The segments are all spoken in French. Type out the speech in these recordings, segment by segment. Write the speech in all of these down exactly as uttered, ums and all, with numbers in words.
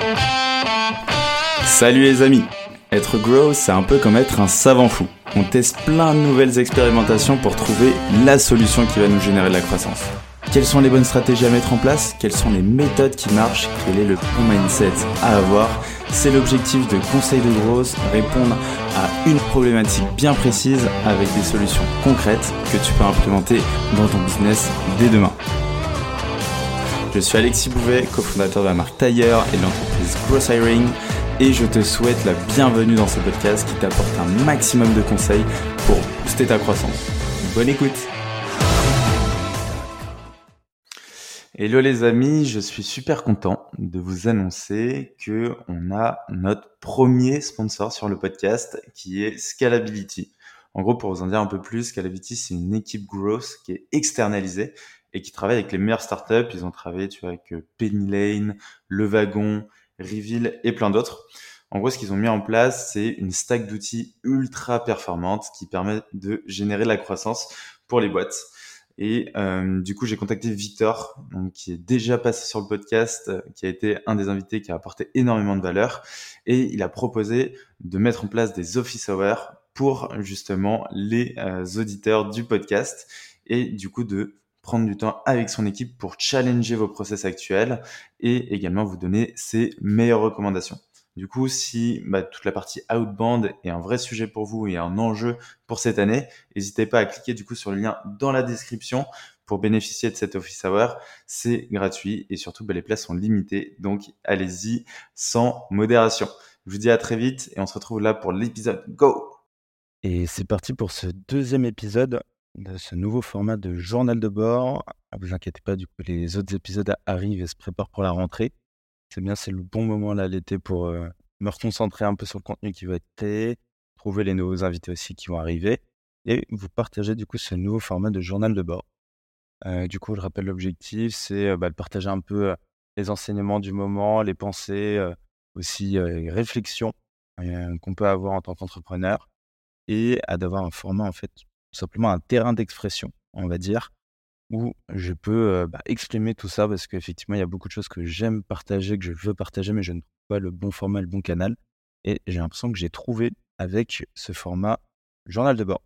Salut les amis. Être grow, c'est un peu comme être un savant fou. On teste plein de nouvelles expérimentations pour trouver la solution qui va nous générer de la croissance. Quelles sont les bonnes stratégies à mettre en place? Quelles sont les méthodes qui marchent? Quel est le bon mindset à avoir? C'est l'objectif de Conseil de Growth, répondre à une problématique bien précise avec des solutions concrètes que tu peux implémenter dans ton business dès demain. Je suis Alexis Bouvet, cofondateur de la marque Tailleur et de l'entreprise Growth Hiring, et je te souhaite la bienvenue dans ce podcast qui t'apporte un maximum de conseils pour booster ta croissance. Bonne écoute! Hello les amis, je suis super content de vous annoncer que on a notre premier sponsor sur le podcast qui est Scalability. En gros, pour vous en dire un peu plus, Scalability, c'est une équipe growth qui est externalisée et qui travaille avec les meilleures startups. Ils ont travaillé, tu vois, avec Penny Lane, Le Wagon, Reveal et plein d'autres. En gros, ce qu'ils ont mis en place, c'est une stack d'outils ultra performante qui permet de générer de la croissance pour les boîtes. Et euh, du coup, j'ai contacté Victor, donc, qui est déjà passé sur le podcast, euh, qui a été un des invités qui a apporté énormément de valeur. Et il a proposé de mettre en place des office hours pour justement les euh, auditeurs du podcast et du coup de prendre du temps avec son équipe pour challenger vos process actuels et également vous donner ses meilleures recommandations. Du coup, si bah, toute la partie outbound est un vrai sujet pour vous et un enjeu pour cette année, n'hésitez pas à cliquer du coup sur le lien dans la description pour bénéficier de cet office hour. C'est gratuit et surtout bah, les places sont limitées, donc allez-y sans modération. Je vous dis à très vite et on se retrouve là pour l'épisode. Go! Et c'est parti pour ce deuxième épisode de ce nouveau format de journal de bord. Ne vous inquiétez pas, du coup, les autres épisodes arrivent et se préparent pour la rentrée. C'est bien, c'est le bon moment là l'été pour euh, me reconcentrer un peu sur le contenu qui va être créé, trouver les nouveaux invités aussi qui vont arriver et vous partager du coup ce nouveau format de journal de bord. Euh, du coup, je rappelle l'objectif, c'est euh, bah, de partager un peu euh, les enseignements du moment, les pensées, euh, aussi euh, les réflexions euh, qu'on peut avoir en tant qu'entrepreneur et à d'avoir un format en fait, tout simplement un terrain d'expression, on va dire, où je peux, heu, bah, exprimer tout ça parce qu'effectivement, il y a beaucoup de choses que j'aime partager, que je veux partager, mais je ne trouve pas le bon format, le bon canal et j'ai l'impression que j'ai trouvé avec ce format journal de bord.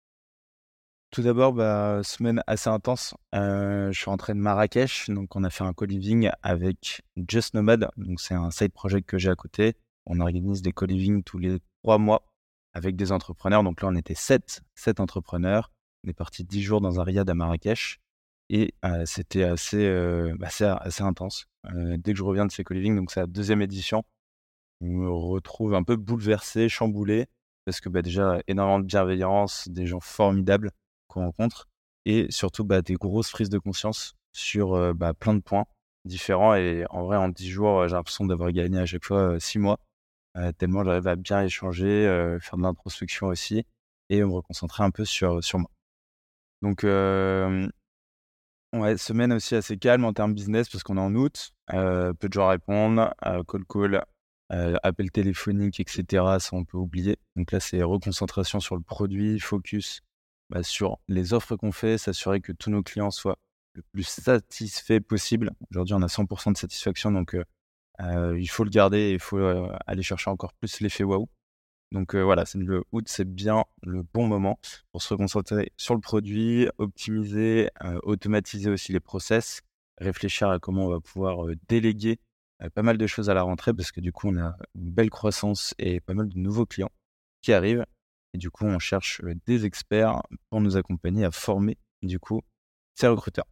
Tout d'abord, bah, semaine assez intense, heu, je suis rentré de Marrakech, donc on a fait un co-living avec Just Nomad, donc c'est un side project que j'ai à côté. On organise des co-living tous les trois mois avec des entrepreneurs, donc là on était sept, sept entrepreneurs. On est parti dix jours dans un riad à Marrakech et heu, c'était assez, heu, bah, assez assez intense. Heu, dès que je reviens de ces co-living, donc c'est la deuxième édition, je me retrouve un peu bouleversé, chamboulé parce que, bah, déjà énormément de bienveillance, des gens formidables qu'on rencontre et surtout, bah, des grosses prises de conscience sur, heu, bah, plein de points différents et en vrai en dix jours, heu, j'ai l'impression d'avoir gagné à chaque fois, heu, six mois, heu, tellement j'arrive à bien échanger, heu, faire de l'introspection aussi et me reconcentrer un peu sur, sur moi. Donc hem, ouais, semaine aussi assez calme en termes business parce qu'on est en août, heu, peu de gens répondent, heu, call call, heu, appels téléphoniques et cetera, ça on peut oublier. Donc là, c'est reconcentration sur le produit, focus, bah, sur les offres qu'on fait, s'assurer que tous nos clients soient le plus satisfaits possible. Aujourd'hui, on a cent pour cent de satisfaction donc heu heu, il faut le garder et il faut, heu, aller chercher encore plus l'effet waouh. Donc heu, voilà, c'est le août, c'est bien le bon moment pour se reconcentrer sur le produit, optimiser, heu, automatiser aussi les process, réfléchir à comment on va pouvoir, heu, déléguer, heu, pas mal de choses à la rentrée parce que du coup, on a une belle croissance et pas mal de nouveaux clients qui arrivent et du coup, on cherche, heu, des experts pour nous accompagner à former, du coup, ces recruteurs.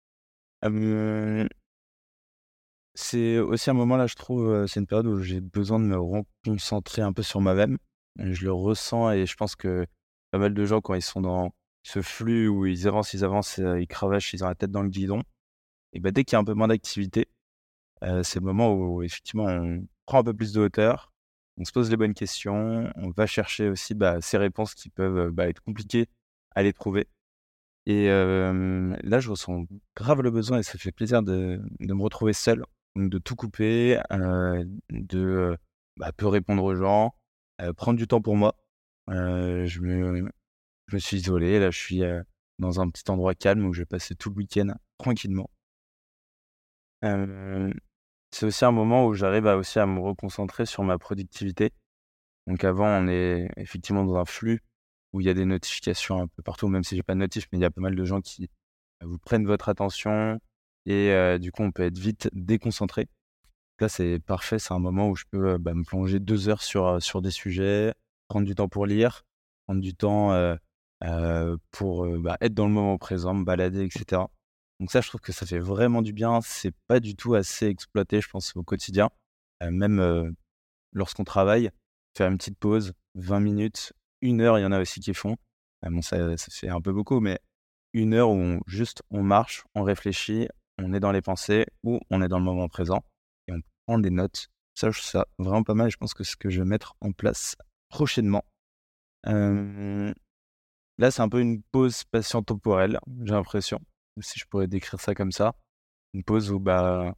Hem, c'est aussi un moment là, je trouve, heu, c'est une période où j'ai besoin de me reconcentrer un peu sur moi-même. Heu, je le ressens et je pense que pas mal de gens quand ils sont dans ce flux où ils avancent, ils avancent, heu, ils cravachent, ils ont la tête dans le guidon et bah, dès qu'il y a un peu moins d'activité, heu, c'est le moment où effectivement on prend un peu plus de hauteur, on se pose les bonnes questions, on va chercher aussi, bah, ces réponses qui peuvent, heu, bah, être compliquées à les trouver et hem, là je ressens grave le besoin et ça fait plaisir de de me retrouver seul, donc de tout couper, heu, de, heu, bah, peu répondre aux gens, heu, prendre du temps pour moi. Heu, je me je me suis isolé, là je suis, heu, dans un petit endroit calme où je vais passer tout le week-end tranquillement. Hem C'est aussi un moment où j'arrive à aussi à me reconcentrer sur ma productivité. Donc avant, on est effectivement dans un flux où il y a des notifications un peu partout, même si j'ai pas de notif, mais il y a pas mal de gens qui, heu, vous prennent votre attention et heu, du coup, on peut être vite déconcentré. Là, c'est parfait, c'est un moment où je peux, heu, bah, me plonger deux heures sur, heu, sur des sujets, prendre du temps pour lire, prendre du temps, heu heu, pour, heu, bah, être dans le moment présent, me balader et cetera. Donc ça, je trouve que ça fait vraiment du bien. C'est pas du tout assez exploité, je pense, au quotidien. Heu, même, heu, lorsqu'on travaille, faire une petite pause, vingt minutes, une heure, il y en a aussi qui font. Ah bon, ça ça fait un peu beaucoup, mais une heure où on juste on marche, on réfléchit, on est dans les pensées ou on est dans le moment présent et on prend des notes. Ça, je trouve ça vraiment pas mal et je pense que c'est ce que je vais mettre en place prochainement. Hem, Là, c'est un peu une pause spatio-temporelle, j'ai l'impression, si je pourrais décrire ça comme ça. Une pause où, bah,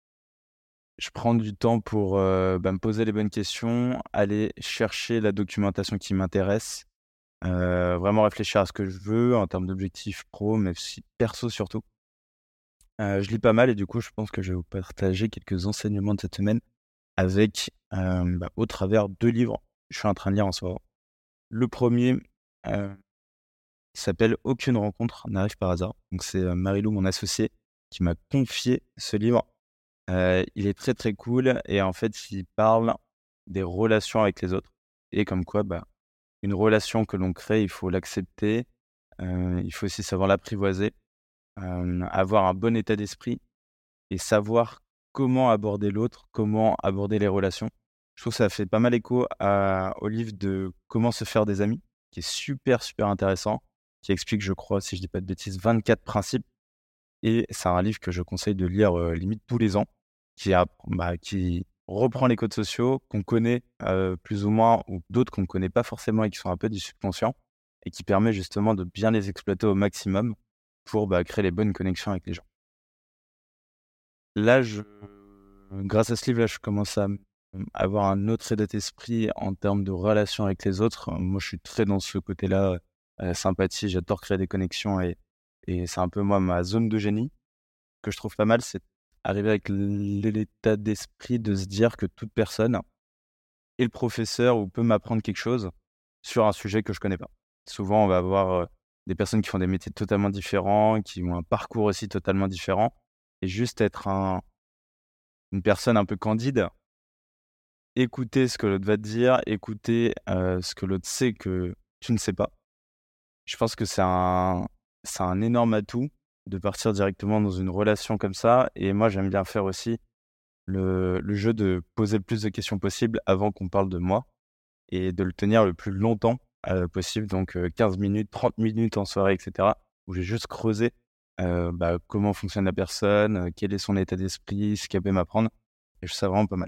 je prends du temps pour, heu, bah, me poser les bonnes questions, aller chercher la documentation qui m'intéresse, heu, vraiment réfléchir à ce que je veux en termes d'objectifs pro, mais aussi perso surtout. Heu, je lis pas mal et du coup, je pense que je vais vous partager quelques enseignements de cette semaine avec, hem, bah, au travers deux livres que je suis en train de lire en ce moment. Le premier er s'appelle «Aucune rencontre n'arrive par hasard». Donc c'est, heu, Marilou, mon associée, qui m'a confié ce livre. Heu, il est très, très cool et en fait, il parle des relations avec les autres et comme quoi, bah, une relation que l'on crée, il faut l'accepter, heu, il faut aussi savoir l'apprivoiser, hem, avoir un bon état d'esprit et savoir comment aborder l'autre, comment aborder les relations. Je trouve que ça fait pas mal écho à au livre de «Comment se faire des amis», qui est super, super intéressant, qui explique, je crois, si je dis pas de bêtises, vingt-quatre principes et c'est un livre que je conseille de lire, heu, limite tous les ans, qui app bah, qui reprend les codes sociaux qu'on connaît, heu, plus ou moins ou d'autres qu'on ne connaît pas forcément et qui sont un peu du subconscient et qui permet justement de bien les exploiter au maximum pour, bah, créer les bonnes connexions avec les gens. Là, je grâce à ce livre-là, je commence à, mmh, avoir un autre état d'esprit en termes de relations avec les autres. Moi, je suis très dans ce côté-là, heu, sympathie, j'adore créer des connexions et et c'est un peu moi ma zone de génie. Que je trouve pas mal, c'est arriver avec l l'état d'esprit de se dire que toute personne est le professeur ou peut m'apprendre quelque chose sur un sujet que je connais pas. Souvent, on va avoir, heu, des personnes qui font des métiers totalement différents, qui ont un parcours aussi totalement différent et juste être un une personne un peu candide, écouter ce que l'autre va te dire, écouter, heu, ce que l'autre sait que tu ne sais pas. Je pense que c'est un c'est un énorme atout de partir directement dans une relation comme ça et moi, j'aime bien faire aussi le le jeu de poser le plus de questions possible avant qu'on parle de moi et de le tenir le plus longtemps, heu, possible donc heu, quinze minutes, trente minutes en soirée et cetera, où j'ai juste creusé, heu, bah, comment fonctionne la personne, heu, quel est son état d'esprit, ce qu'elle peut m'apprendre et je trouve ça vraiment pas mal.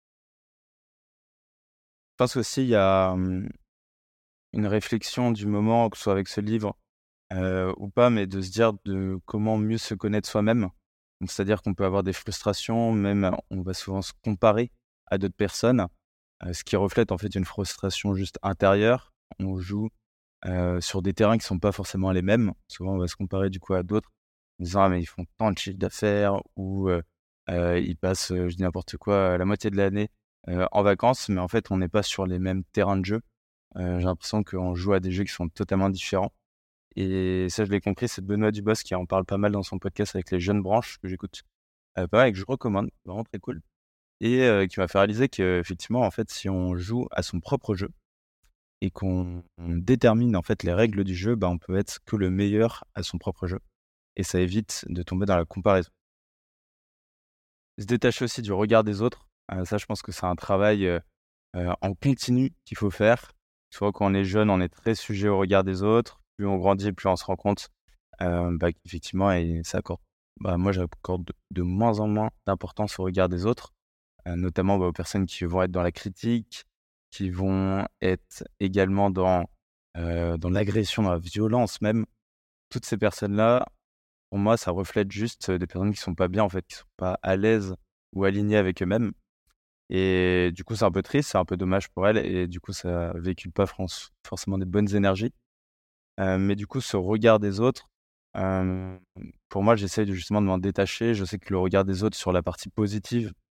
Je pense aussi il y a, mmh, une réflexion du moment, que ce soit avec ce livre, heu, ou pas, mais de se dire de comment mieux se connaître soi-même. Donc c'est-à-dire qu'on peut avoir des frustrations, même on va souvent se comparer à d'autres personnes. Heu, ce qui reflète en fait une frustration juste intérieure. On joue, heu, sur des terrains qui sont pas forcément les mêmes. Souvent, on va se comparer du coup à d'autres, en disant: «Ah mais ils font tant de chiffre d'affaires» ou heu heu, «Ils passent», heu, je dis n'importe quoi, la moitié de l'année, heu, en vacances, mais en fait, on n'est pas sur les mêmes terrains de jeu. Heu, j'ai l'impression qu'on joue à des jeux qui sont totalement différents et ça, je l'ai compris, c'est Benoît Dubos qui en parle pas mal dans son podcast avec les jeunes branches que j'écoute, heu, pas mal et que je recommande, vraiment très cool et heu, qui m'a fait réaliser qu'effectivement, en fait, si on joue à son propre jeu et qu'on on détermine, en fait, les règles du jeu, bah, on peut être que le meilleur à son propre jeu et ça évite de tomber dans la comparaison. Se détacher aussi du regard des autres, heu, ça, je pense que c'est un travail, heu heu, en continu qu'il faut faire. Souvent, quand on est jeune, on est très sujet au regard des autres. Plus on grandit, plus on se rend compte, heu, bah, qu'effectivement et ça accorde bah, moi, j'accorde de de moins en moins d'importance au regard des autres. Heu, notamment, bah, aux personnes qui vont être dans la critique, qui vont être également dans, heu, dans l'agression, dans la violence même. Toutes ces personnes-là, pour moi, ça reflète juste, heu, des personnes qui sont pas bien, en fait, qui sont pas à l'aise ou alignées avec eux-mêmes et du coup, c'est un peu triste, c'est un peu dommage pour elles et du coup, ça véhicule pas franc forcément des bonnes énergies. Heu, mais du coup, ce regard des autres, hem, pour moi, j'essaye de justement de m'en détacher. Je sais que le regard des autres sur la partie positive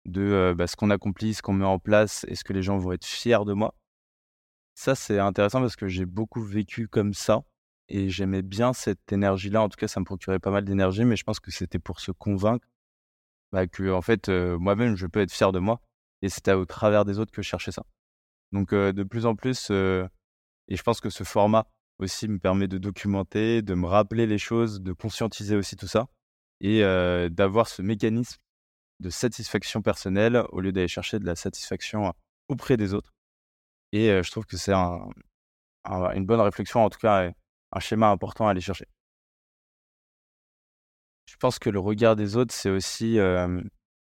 de, heu, bah, ce qu'on accomplit, ce qu'on met en place, est-ce que les gens vont être fiers de moi? Ça, c'est intéressant parce que j'ai beaucoup vécu comme ça et j'aimais bien cette énergie-là. En tout cas, ça me procurait pas mal d'énergie, mais je pense que c'était pour se convaincre, bah, qu'en fait, heu, moi-même, je peux être fier de moi et c'était au travers des autres que je cherchais ça. Donc heu, de plus en plus, heu et je pense que ce format aussi me permet de documenter, de me rappeler les choses, de conscientiser aussi tout ça et heu, d'avoir ce mécanisme de satisfaction personnelle au lieu d'aller chercher de la satisfaction auprès des autres et heu, je trouve que c'est un un une bonne réflexion, en tout cas, heu, un schéma important à aller chercher. Je pense que le regard des autres, c'est aussi, hem,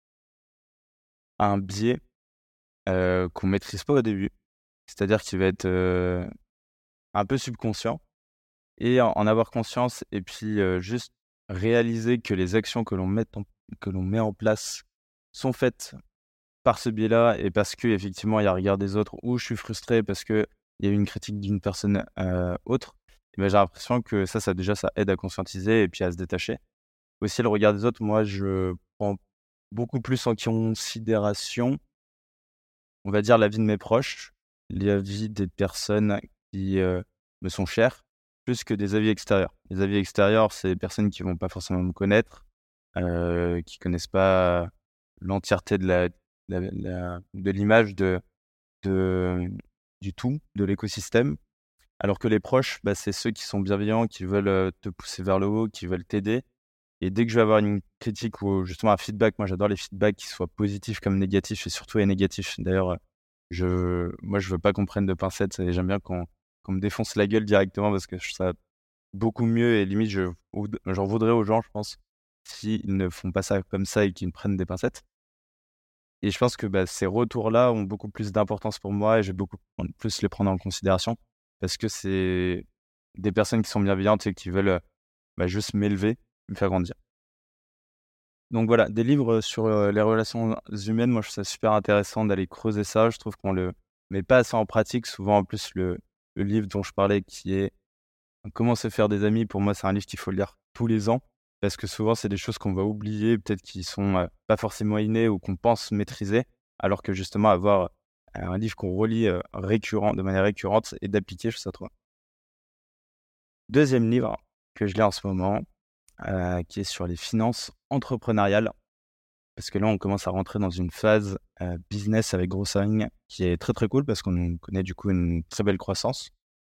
un biais, heu, qu'on maîtrise pas au début. C'est-à-dire qu'il va être, heu, un peu subconscient et en en avoir conscience et puis, heu, juste réaliser que les actions que l'on met en que l'on met en place sont faites par ce biais-là et parce qu'effectivement, il y a le regard des autres ou je suis frustré parce qu'il y a eu une critique d'une personne, heu, autre et ben j'ai l'impression que ça ça déjà, ça aide à conscientiser et puis à se détacher. Aussi le regard des autres, moi je prends beaucoup plus en considération, on va dire, l'avis de mes proches, l'avis des personnes qui, heu, me sont chères, plus que des avis extérieurs. Les avis extérieurs, c'est des personnes qui vont pas forcément me connaître, heu, qui connaissent pas l'entièreté de la la la de l'image de de du tout, de l'écosystème. Alors que les proches, bah, c'est ceux qui sont bienveillants, qui veulent, heu, te pousser vers le haut, qui veulent t'aider et dès que je vais avoir une critique ou justement un feedback, moi j'adore les feedbacks qui soient positifs comme négatifs et surtout les négatifs. D'ailleurs, heu, je moi je veux pas qu'on prenne de pincettes et j'aime bien qu'on qu'on me défonce la gueule directement parce que je trouve ça beaucoup mieux et limite je voud j'en voudrais aux gens, je pense, s'ils ne font pas ça comme ça et qu'ils me prennent des pincettes et je pense que, bah, ces retours-là ont beaucoup plus d'importance pour moi et je vais beaucoup plus les prendre en considération parce que c'est des personnes qui sont bienveillantes et qui veulent, heu, bah, juste m'élever, me faire grandir. Donc voilà, des livres, sur, heu, les relations humaines, moi je trouve ça super intéressant d'aller creuser ça. Je trouve qu'on le met pas assez en pratique. Souvent en plus le le livre dont je parlais qui est «Comment se faire des amis», pour moi c'est un livre qu'il faut lire tous les ans parce que souvent c'est des choses qu'on va oublier, peut-être qui sont, heu, pas forcément innées ou qu'on pense maîtriser, alors que justement avoir, heu, un livre qu'on relit, heu, récurrent de manière récurrente et d'appliquer, je trouve ça trop bien. Deuxième livre que je lis en ce moment, heu, qui est sur les finances entrepreneuriales. Parce que là, on commence à rentrer dans une phase, heu, business avec gros signes qui est très, très cool parce qu'on connaît du coup une très belle croissance.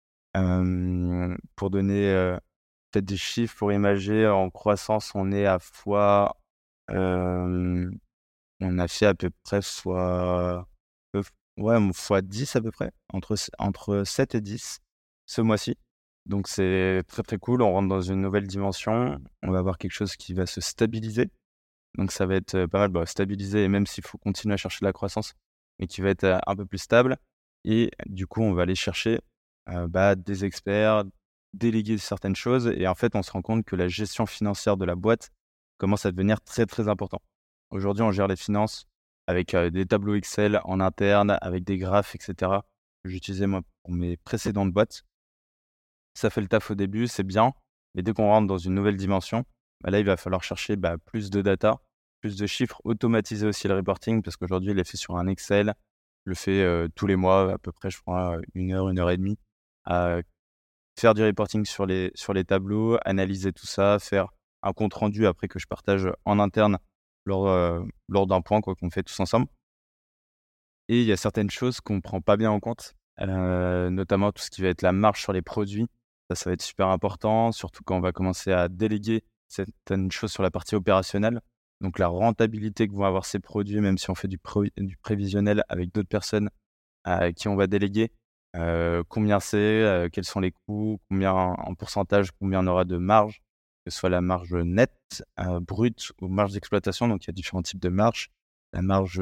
Hem, pour donner, heu, peut-être des chiffres pour imager, en croissance, on est à fois, hem, on a fait à peu près fois, heu, ouais, fois dix à peu près, entre s entre sept et dix ce mois-ci. Donc c'est très, très cool. On rentre dans une nouvelle dimension. On va avoir quelque chose qui va se stabiliser. Donc ça va être, heu, pas mal, bah, stabilisé et même s'il faut continuer à chercher de la croissance, mais qui va être, heu, un peu plus stable et du coup, on va aller chercher, heu, bah, des experts, déléguer certaines choses et en fait, on se rend compte que la gestion financière de la boîte commence à devenir très, très important. Aujourd'hui, on gère les finances avec, heu, des tableaux Excel en interne, avec des graphes et cetera, que j'utilisais moi pour mes précédentes boîtes. Ça fait le taf au début, c'est bien, mais dès qu'on rentre dans une nouvelle dimension, bah, là, il va falloir chercher, bah, plus de data, plus de chiffres, automatiser aussi le reporting parce qu'aujourd'hui, il est fait sur un Excel. Je le fais, heu, tous les mois à peu près, je prends, heu, une heure, une heure et demie à faire du reporting sur les sur les tableaux, analyser tout ça, faire un compte rendu après que je partage en interne lors, heu, lors d'un point quoi qu'on fait tous ensemble et il y a certaines choses qu'on prend pas bien en compte, heu, notamment tout ce qui va être la marge sur les produits. Ça, ça va être super important, surtout quand on va commencer à déléguer certaines choses sur la partie opérationnelle. Donc la rentabilité que vont avoir ces produits, même si on fait du pro du prévisionnel avec d'autres personnes à qui on va déléguer, heu, combien c'est, heu, quels sont les coûts, combien en pourcentage, combien on aura de marge, que ce soit la marge nette, heu, brute ou marge d'exploitation. Donc il y a différents types de marges. La marge,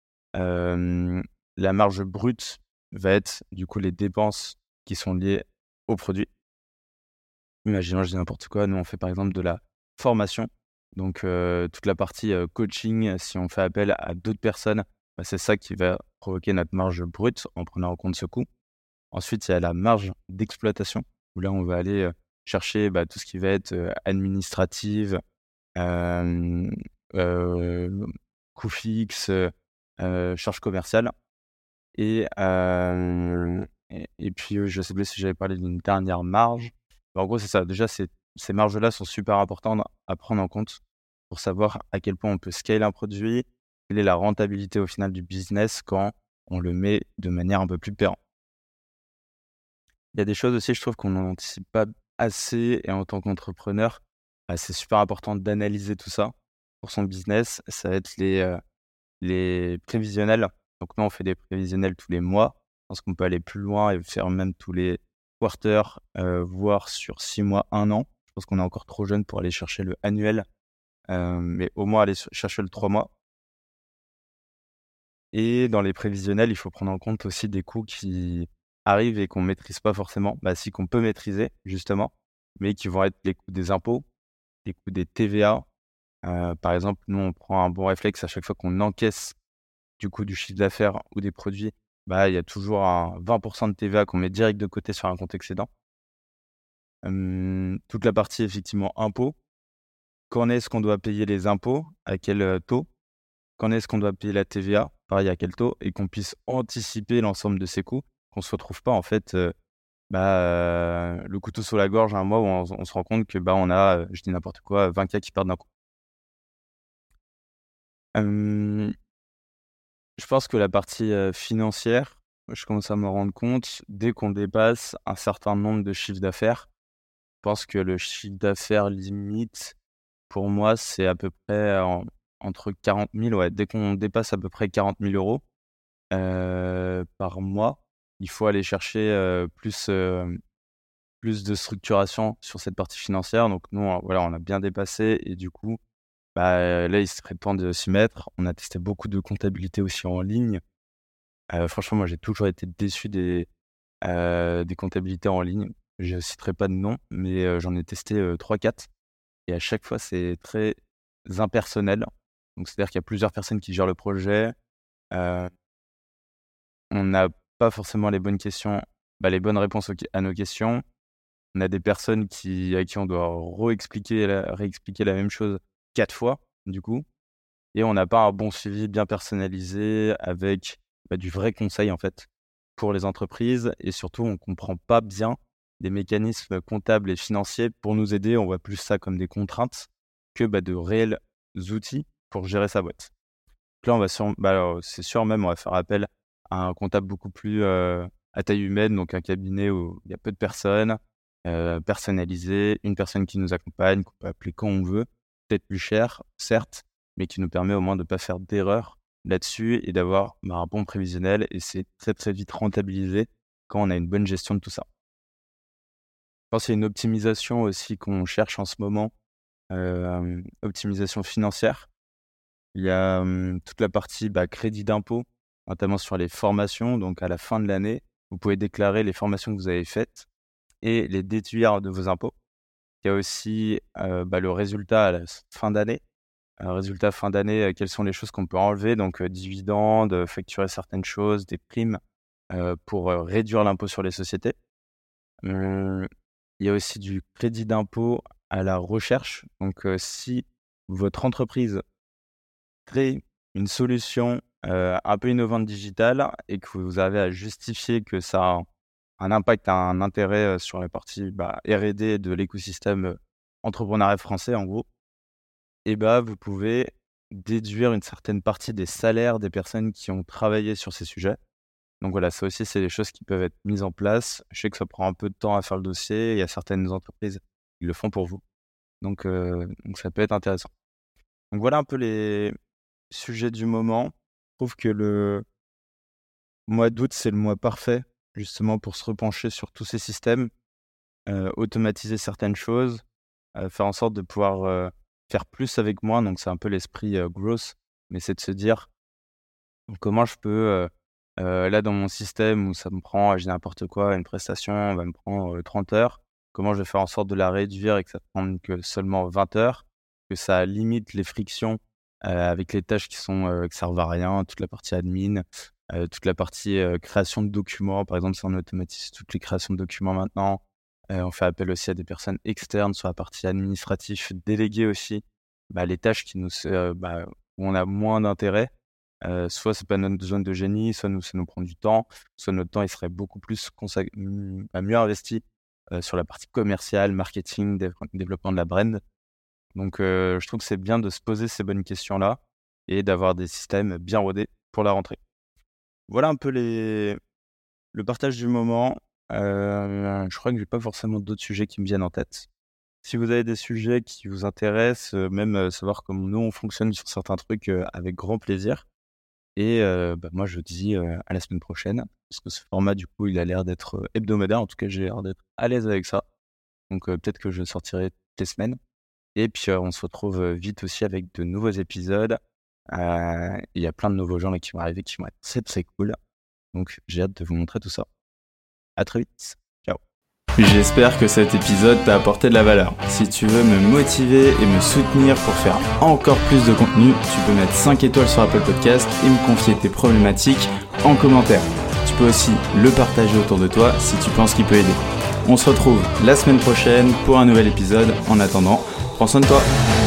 Hem, la marge brute va être du coup les dépenses qui sont liées au produit. Imaginons, je dis n'importe quoi, nous on fait par exemple de la formation, donc heu, toute la partie, heu, coaching, si on fait appel à d'autres personnes, bah, c'est ça qui va provoquer notre marge brute en prenant en compte ce coût. Ensuite, il y a la marge d'exploitation où là on va aller, heu, chercher, bah, tout ce qui va être, heu, administrative, hem, heu coûts fixes, heu heu, charges commerciales et hem et et puis, heu, je sais plus si j'avais parlé d'une dernière marge. En gros, c'est ça. Déjà, ces ces marges-là sont super importantes à prendre en compte pour savoir à quel point on peut scale un produit, quelle est la rentabilité au final du business quand on le met de manière un peu plus pérenne. Il y a des choses aussi, je trouve qu'on n'anticipe pas assez et en tant qu'entrepreneur, bah, c'est super important d'analyser tout ça pour son business. Ça va être les, heu, les prévisionnels. Donc nous, on fait des prévisionnels tous les mois. Je pense qu'on peut aller plus loin et faire même tous les quarters, heu, voire sur six mois, un an. Je pense qu'on est encore trop jeune pour aller chercher le annuel, heu, mais au moins aller ch chercher le trois mois. Et dans les prévisionnels, il faut prendre en compte aussi des coûts qui arrivent et qu'on maîtrise pas forcément, bah, si qu'on peut maîtriser justement, mais qui vont être les coûts des impôts, les coûts des T V A. Heu, par exemple, nous, on prend un bon réflexe à chaque fois qu'on encaisse du coup du chiffre d'affaires ou des produits, bah, il y a toujours un vingt de T V A qu'on met direct de côté sur un compte excédent. Hem, toute la partie effectivement impôts, quand est-ce qu'on doit payer les impôts, à quel, heu, taux? Quand est-ce qu'on doit payer la T V A? Pareil, à quel taux? Et qu'on puisse anticiper l'ensemble de ces coûts, qu'on se retrouve pas en fait, heu, bah, heu, le couteau sous la gorge à un mois où on on se rend compte que, bah, on a, heu, je dis n'importe quoi, vingt K qui partent d'un coup. Hem, je pense que la partie, heu, financière, je commence à me rendre compte, dès qu'on dépasse un certain nombre de chiffres d'affaires, je pense que le chiffre d'affaires limite, pour moi, c'est à peu près en entre quarante mille, ouais, dès qu'on dépasse à peu près quarante mille euros. Heu, par mois, il faut aller chercher, heu, plus, hem, plus de structuration sur cette partie financière. Donc nous, on voilà, on a bien dépassé et du coup, bah, là, il serait temps de s'y mettre. On a testé beaucoup de comptabilité aussi en ligne. Heu, franchement, moi, j'ai toujours été déçu des, heu, des comptabilités en ligne. Je citerai pas de nom, mais heu, j'en ai testé, heu, trois quatre et à chaque fois, c'est très impersonnel. Donc c'est-à-dire qu'il y a plusieurs personnes qui gèrent le projet. Heu On n'a pas forcément les bonnes questions, bah, les bonnes réponses aux q à nos questions. On a des personnes qui à qui on doit re-expliquer la réexpliquer la même chose quatre fois, du coup, et on n'a pas un bon suivi bien personnalisé avec, bah, du vrai conseil, en fait, pour les entreprises et surtout, on comprend pas bien les mécanismes comptables et financiers pour nous aider. On voit plus ça comme des contraintes que, bah, de réels outils pour gérer sa boîte. Donc là, on va sur bah, alors, c'est sûr même, on va faire appel à un comptable beaucoup plus, heu, à taille humaine, donc un cabinet où il y a peu de personnes, heu, personnalisé, une personne qui nous accompagne, qu'on peut appeler quand on veut. Peut-être plus cher, certes, mais qui nous permet au moins de ne pas faire d'erreur là-dessus et d'avoir, bah, un bon prévisionnel et c'est très, très vite rentabilisé quand on a une bonne gestion de tout ça. Je pense qu'il y a une optimisation aussi qu'on cherche en ce moment, hem, optimisation financière. Il y a, hem, toute la partie, bah, crédit d'impôt, notamment sur les formations. Donc à la fin de l'année, vous pouvez déclarer les formations que vous avez faites et les déduire de vos impôts. Il y a aussi, heu, bah, le résultat à la s fin d'année. Heu, résultat fin d'année, heu, quelles sont les choses qu'on peut enlever? Donc, heu, dividendes, heu, facturer certaines choses, des primes, heu, pour, heu, réduire l'impôt sur les sociétés. Heu, il y a aussi du crédit d'impôt à la recherche. Donc, heu, si votre entreprise créer une solution, heu, un peu innovante digitale et que vous avez à justifier que ça a un un impact, un intérêt, heu, sur la partie, bah, R et D de l'écosystème, heu, entrepreneuriat français en gros, et bah, vous pouvez déduire une certaine partie des salaires des personnes qui ont travaillé sur ces sujets. Donc voilà, ça aussi, c'est des choses qui peuvent être mises en place. Je sais que ça prend un peu de temps à faire le dossier. Il y a certaines entreprises qui le font pour vous. Donc heu, donc ça peut être intéressant. Donc voilà un peu les sujets du moment. Je trouve que le mois d'août, c'est le mois parfait, justement, pour se repencher sur tous ces systèmes, heu, automatiser certaines choses, heu, faire en sorte de pouvoir, heu, faire plus avec moins. Donc c'est un peu l'esprit, heu, growth, mais c'est de se dire: «Comment je peux, heu heu, là, dans mon système où ça me prend, je dis n'importe quoi, une prestation va me prendre, heu, trente heures, comment je vais faire en sorte de la réduire et que ça prenne que seulement vingt heures?» Que ça limite les frictions, heu, avec les tâches qui sont, heu, qui servent à rien, toute la partie admin, heu, toute la partie, heu, création de documents. Par exemple, si on automatise toutes les créations de documents maintenant, heu, on fait appel aussi à des personnes externes sur la partie administrative, déléguer aussi, bah, les tâches qui nous se heu, bah, où on a moins d'intérêt. Euh, soit c'est pas notre zone de génie, soit nous, ça nous prend du temps, soit notre temps il serait beaucoup plus consac- mm, bah, mieux investi euh, sur la partie commerciale, marketing, dév- développement de la brand. Donc euh, je trouve que c'est bien de se poser ces bonnes questions-là et d'avoir des systèmes bien rodés pour la rentrée. Voilà un peu les... le partage du moment. Euh, je crois que j'ai pas forcément d'autres sujets qui me viennent en tête. Si vous avez des sujets qui vous intéressent, euh, même euh, savoir comment nous on fonctionne sur certains trucs, euh, avec grand plaisir. Et euh, bah, moi je dis euh, à la semaine prochaine, parce que ce format du coup il a l'air d'être euh, hebdomadaire, en tout cas j'ai l'air d'être à l'aise avec ça. Donc euh, peut-être que je sortirai toutes les semaines. Et puis euh, on se retrouve euh, vite aussi avec de nouveaux épisodes. Euh, Il y a plein de nouveaux gens là qui vont arriver, qui vont être très très cool. Donc j'ai hâte de vous montrer tout ça. À très vite. Ciao. J'espère que cet épisode t'a apporté de la valeur. Si tu veux me motiver et me soutenir pour faire encore plus de contenu, tu peux mettre cinq étoiles sur Apple Podcast et me confier tes problématiques en commentaire. Tu peux aussi le partager autour de toi si tu penses qu'il peut aider. On se retrouve la semaine prochaine pour un nouvel épisode. En attendant, prends soin de toi.